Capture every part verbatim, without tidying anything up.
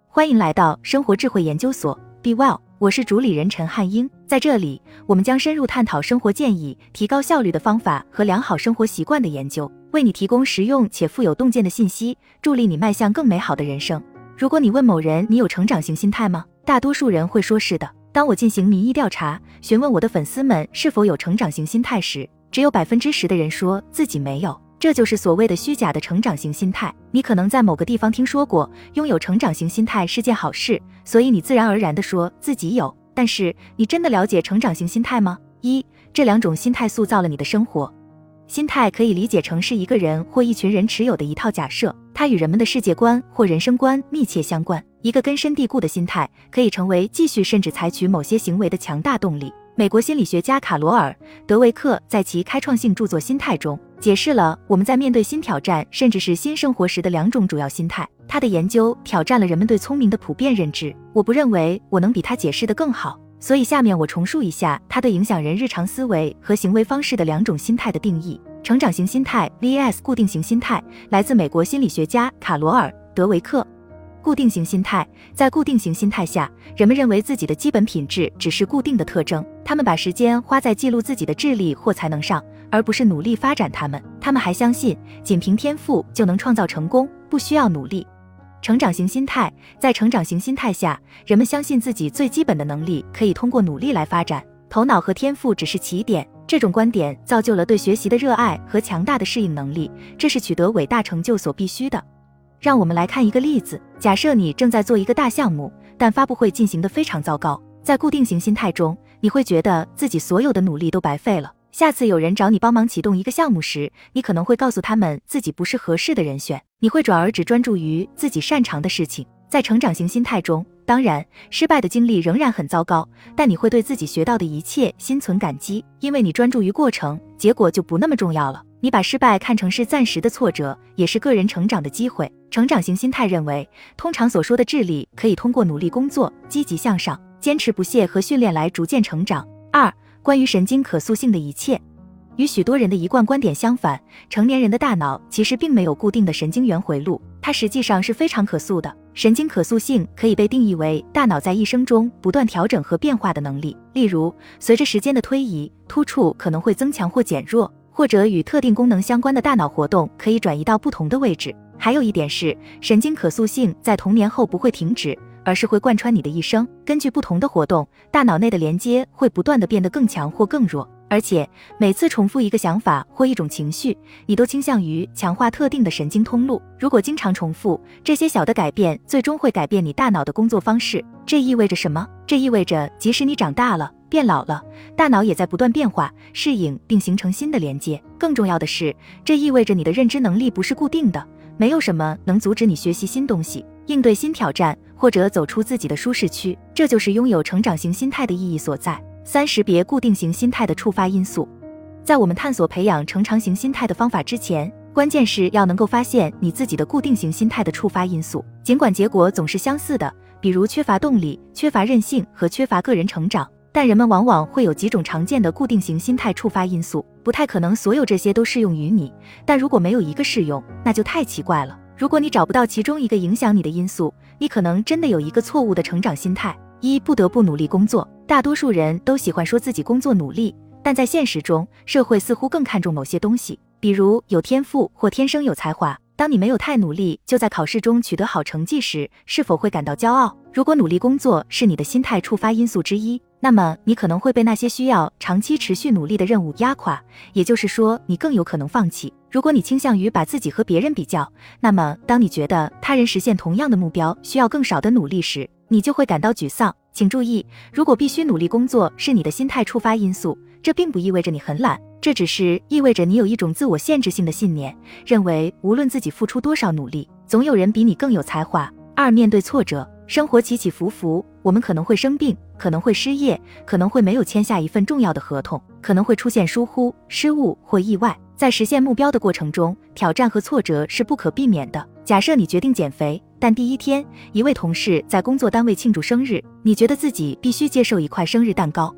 欢迎来到生活智慧研究所 Be Well， 我是主理人陈汉英。在这里，我们将深入探讨生活建议、提高效率的方法和良好生活习惯的研究，为你提供实用且富有洞见的信息，助力你迈向更美好的人生。如果你问某人你有成长型心态吗？大多数人会说是的。当我进行民意调查，询问我的粉丝们是否有成长型心态时，只有百分之十的人说自己没有。这就是所谓的虚假的成长型心态。你可能在某个地方听说过，拥有成长型心态是件好事，所以你自然而然地说自己有。但是，你真的了解成长型心态吗？一，这两种心态塑造了你的生活。心态可以理解成是一个人或一群人持有的一套假设，它与人们的世界观或人生观密切相关。一个根深蒂固的心态可以成为继续甚至采取某些行为的强大动力。美国心理学家卡罗尔·德维克在其开创性著作《心态》中解释了我们在面对新挑战甚至是新生活时的两种主要心态。他的研究挑战了人们对聪明的普遍认知。我不认为我能比他解释得更好，所以下面我重述一下他对影响人日常思维和行为方式的两种心态的定义。成长型心态 vs 固定型心态，来自美国心理学家卡罗尔·德维克。固定型心态，在固定型心态下，人们认为自己的基本品质只是固定的特征，他们把时间花在记录自己的智力或才能上，而不是努力发展它们。他们还相信，仅凭天赋就能创造成功，不需要努力。成长型心态，在成长型心态下，人们相信自己最基本的能力可以通过努力来发展，头脑和天赋只是起点。这种观点造就了对学习的热爱和强大的适应能力，这是取得伟大成就所必须的。让我们来看一个例子，假设你正在做一个大项目，但发布会进行得非常糟糕。在固定型心态中，你会觉得自己所有的努力都白费了。下次有人找你帮忙启动一个项目时，你可能会告诉他们自己不是合适的人选，你会转而只专注于自己擅长的事情。在成长型心态中，当然，失败的经历仍然很糟糕，但你会对自己学到的一切心存感激，因为你专注于过程，结果就不那么重要了。你把失败看成是暂时的挫折，也是个人成长的机会。成长型心态认为，通常所说的智力可以通过努力工作、积极向上、坚持不懈和训练来逐渐成长。二、关于神经可塑性的一切。与许多人的一贯观点相反，成年人的大脑其实并没有固定的神经元回路，它实际上是非常可塑的。神经可塑性可以被定义为大脑在一生中不断调整和变化的能力。例如，随着时间的推移，突触可能会增强或减弱，或者与特定功能相关的大脑活动可以转移到不同的位置。还有一点是，神经可塑性在童年后不会停止，而是会贯穿你的一生。根据不同的活动，大脑内的连接会不断地变得更强或更弱。而且每次重复一个想法或一种情绪，你都倾向于强化特定的神经通路。如果经常重复，这些小的改变最终会改变你大脑的工作方式。这意味着什么？这意味着即使你长大了，变老了，大脑也在不断变化、适应并形成新的连接。更重要的是，这意味着你的认知能力不是固定的，没有什么能阻止你学习新东西、应对新挑战，或者走出自己的舒适区。这就是拥有成长型心态的意义所在。三、识别固定型心态的触发因素。在我们探索培养成长型心态的方法之前，关键是要能够发现你自己的固定型心态的触发因素。尽管结果总是相似的，比如缺乏动力、缺乏韧性和缺乏个人成长，但人们往往会有几种常见的固定型心态触发因素。不太可能所有这些都适用于你，但如果没有一个适用，那就太奇怪了。如果你找不到其中一个影响你的因素，你可能真的有一个错误的成长心态。一、不得不努力工作。大多数人都喜欢说自己工作努力，但在现实中，社会似乎更看重某些东西，比如有天赋或天生有才华。当你没有太努力就在考试中取得好成绩时，是否会感到骄傲？如果努力工作是你的心态触发因素之一，那么你可能会被那些需要长期持续努力的任务压垮，也就是说，你更有可能放弃。如果你倾向于把自己和别人比较，那么当你觉得他人实现同样的目标需要更少的努力时，你就会感到沮丧。请注意，如果必须努力工作是你的心态触发因素，这并不意味着你很懒，这只是意味着你有一种自我限制性的信念，认为无论自己付出多少努力，总有人比你更有才华。二、面对挫折。生活起起伏伏，我们可能会生病，可能会失业，可能会没有签下一份重要的合同，可能会出现疏忽、失误或意外。在实现目标的过程中，挑战和挫折是不可避免的。假设你决定减肥，但第一天，一位同事在工作单位庆祝生日，你觉得自己必须接受一块生日蛋糕。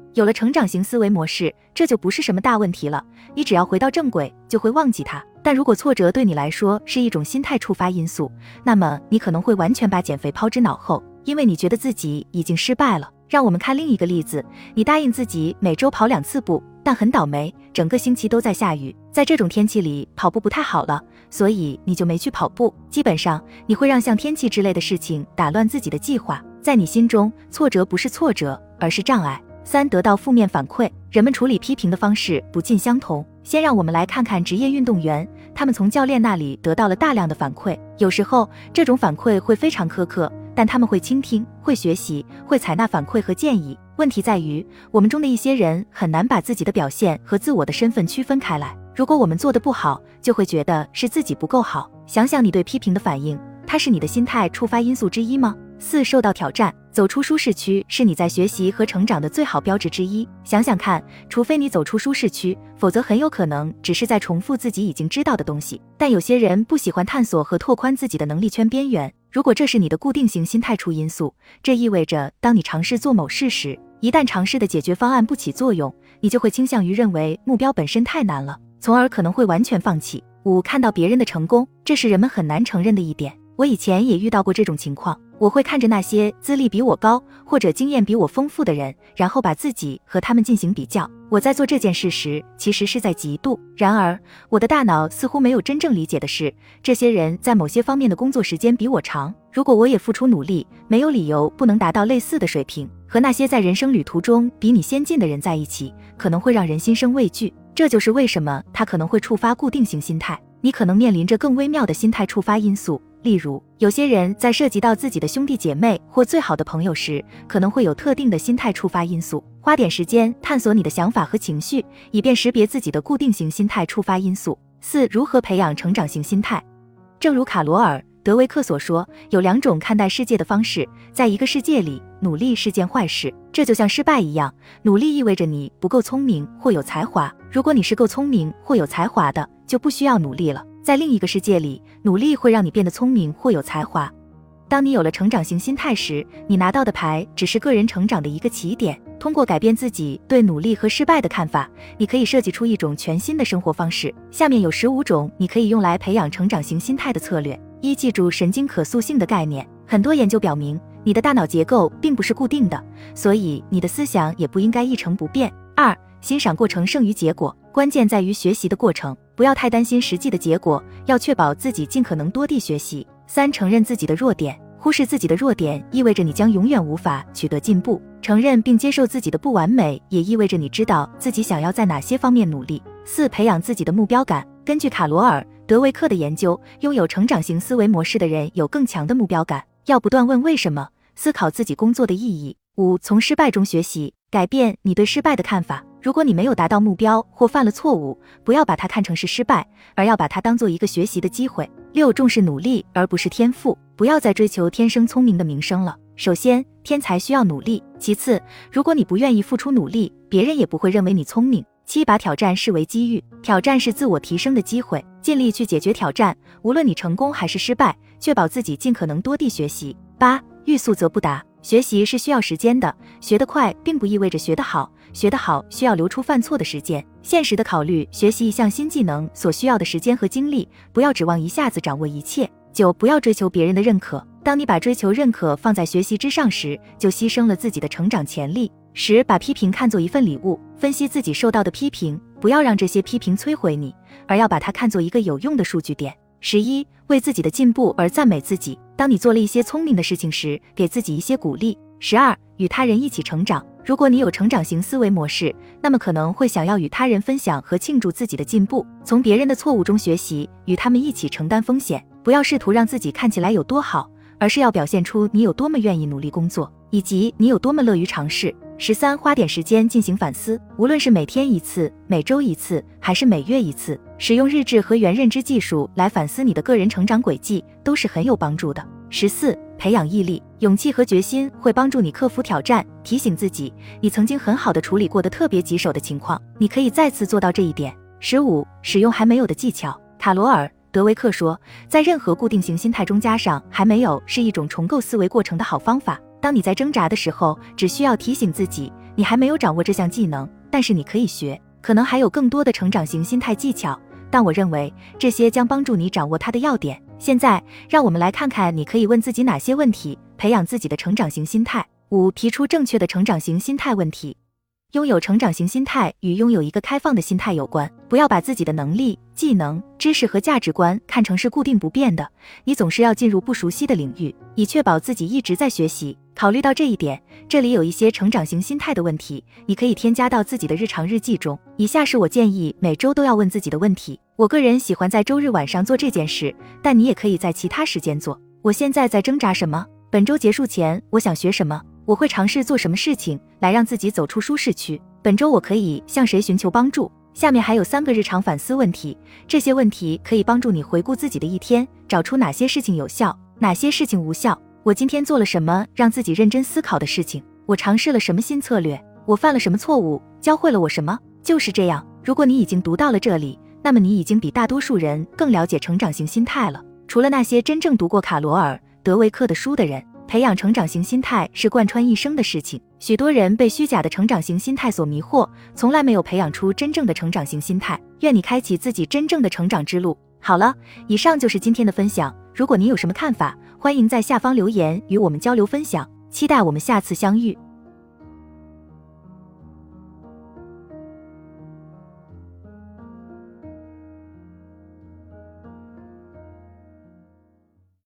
有了成长型思维模式，这就不是什么大问题了，你只要回到正轨，就会忘记它。但如果挫折对你来说是一种心态触发因素，那么你可能会完全把减肥抛之脑后，因为你觉得自己已经失败了。让我们看另一个例子，你答应自己每周跑两次步，但很倒霉，整个星期都在下雨。在这种天气里，跑步不太好了，所以你就没去跑步。基本上，你会让像天气之类的事情打乱自己的计划。在你心中，挫折不是挫折，而是障碍。三、得到负面反馈，人们处理批评的方式不尽相同。先让我们来看看职业运动员，他们从教练那里得到了大量的反馈，有时候这种反馈会非常苛刻，但他们会倾听，会学习，会采纳反馈和建议。问题在于，我们中的一些人很难把自己的表现和自我的身份区分开来。如果我们做得不好，就会觉得是自己不够好。想想你对批评的反应，它是你的心态触发因素之一吗？四、受到挑战，走出舒适区是你在学习和成长的最好标志之一。想想看，除非你走出舒适区，否则很有可能只是在重复自己已经知道的东西。但有些人不喜欢探索和拓宽自己的能力圈边缘，如果这是你的固定型心态触因素，这意味着当你尝试做某事时，一旦尝试的解决方案不起作用，你就会倾向于认为目标本身太难了，从而可能会完全放弃。五、看到别人的成功，这是人们很难承认的一点。我以前也遇到过这种情况，我会看着那些资历比我高或者经验比我丰富的人，然后把自己和他们进行比较。我在做这件事时，其实是在嫉妒。然而，我的大脑似乎没有真正理解的是，这些人在某些方面的工作时间比我长。如果我也付出努力，没有理由不能达到类似的水平。和那些在人生旅途中比你先进的人在一起，可能会让人心生畏惧。这就是为什么它可能会触发固定型心态。你可能面临着更微妙的心态触发因素。例如，有些人在涉及到自己的兄弟姐妹或最好的朋友时，可能会有特定的心态触发因素。花点时间探索你的想法和情绪，以便识别自己的固定型心态触发因素。四、如何培养成长型心态？正如卡罗尔·德维克所说，有两种看待世界的方式。在一个世界里，努力是件坏事，这就像失败一样，努力意味着你不够聪明或有才华。如果你是够聪明或有才华的，就不需要努力了。在另一个世界里，努力会让你变得聪明或有才华。当你有了成长型心态时，你拿到的牌只是个人成长的一个起点。通过改变自己对努力和失败的看法，你可以设计出一种全新的生活方式。下面有十五种你可以用来培养成长型心态的策略。一、记住神经可塑性的概念。很多研究表明，你的大脑结构并不是固定的，所以你的思想也不应该一成不变。二、欣赏过程胜于结果。关键在于学习的过程，不要太担心实际的结果，要确保自己尽可能多地学习。三、承认自己的弱点。忽视自己的弱点意味着你将永远无法取得进步。承认并接受自己的不完美，也意味着你知道自己想要在哪些方面努力。四、培养自己的目标感。根据卡罗尔·德维克的研究，拥有成长型思维模式的人有更强的目标感，要不断问为什么，思考自己工作的意义。五、从失败中学习，改变你对失败的看法。如果你没有达到目标或犯了错误，不要把它看成是失败，而要把它当做一个学习的机会。六、重视努力而不是天赋，不要再追求天生聪明的名声了。首先，天才需要努力。其次，如果你不愿意付出努力，别人也不会认为你聪明。七、把挑战视为机遇，挑战是自我提升的机会，尽力去解决挑战，无论你成功还是失败，确保自己尽可能多地学习。八、欲速则不达。学习是需要时间的，学得快并不意味着学得好，学得好需要留出犯错的时间。现实的考虑学习一项新技能所需要的时间和精力，不要指望一下子掌握一切。九、不要追求别人的认可。当你把追求认可放在学习之上时，就牺牲了自己的成长潜力。十、把批评看作一份礼物。分析自己受到的批评，不要让这些批评摧毁你，而要把它看作一个有用的数据点。十一、为自己的进步而赞美自己。当你做了一些聪明的事情时，给自己一些鼓励。十二、与他人一起成长。如果你有成长型思维模式，那么可能会想要与他人分享和庆祝自己的进步，从别人的错误中学习，与他们一起承担风险。不要试图让自己看起来有多好，而是要表现出你有多么愿意努力工作，以及你有多么乐于尝试。十三、花点时间进行反思，无论是每天一次、每周一次，还是每月一次，使用日志和原认知技术来反思你的个人成长轨迹，都是很有帮助的。十四、培养毅力，勇气和决心会帮助你克服挑战，提醒自己，你曾经很好的处理过的特别棘手的情况，你可以再次做到这一点。十五、使用还没有的技巧。卡罗尔·德维克说，在任何固定型心态中加上还没有是一种重构思维过程的好方法。当你在挣扎的时候，只需要提醒自己， 你还没有掌握这项技能，但是你可以学，可能还有更多的成长型心态技巧，但我认为这些将帮助你掌握它的要点。现在，让我们来看看你可以问自己哪些问题，培养自己的成长型心态。五、提出正确的成长型心态问题。拥有成长型心态与拥有一个开放的心态有关，不要把自己的能力、技能、知识和价值观看成是固定不变的，你总是要进入不熟悉的领域，以确保自己一直在学习。考虑到这一点，这里有一些成长型心态的问题，你可以添加到自己的日常日记中。以下是我建议每周都要问自己的问题。我个人喜欢在周日晚上做这件事，但你也可以在其他时间做。我现在在挣扎什么？本周结束前，我想学什么？我会尝试做什么事情来让自己走出舒适区？本周我可以向谁寻求帮助？下面还有三个日常反思问题，这些问题可以帮助你回顾自己的一天，找出哪些事情有效，哪些事情无效。我今天做了什么让自己认真思考的事情？我尝试了什么新策略？我犯了什么错误？教会了我什么？就是这样。如果你已经读到了这里，那么你已经比大多数人更了解成长型心态了。除了那些真正读过卡罗尔·德维克的书的人，培养成长型心态是贯穿一生的事情。许多人被虚假的成长型心态所迷惑，从来没有培养出真正的成长型心态。愿你开启自己真正的成长之路。好了，以上就是今天的分享。如果你有什么看法，欢迎在下方留言与我们交流分享。期待我们下次相遇。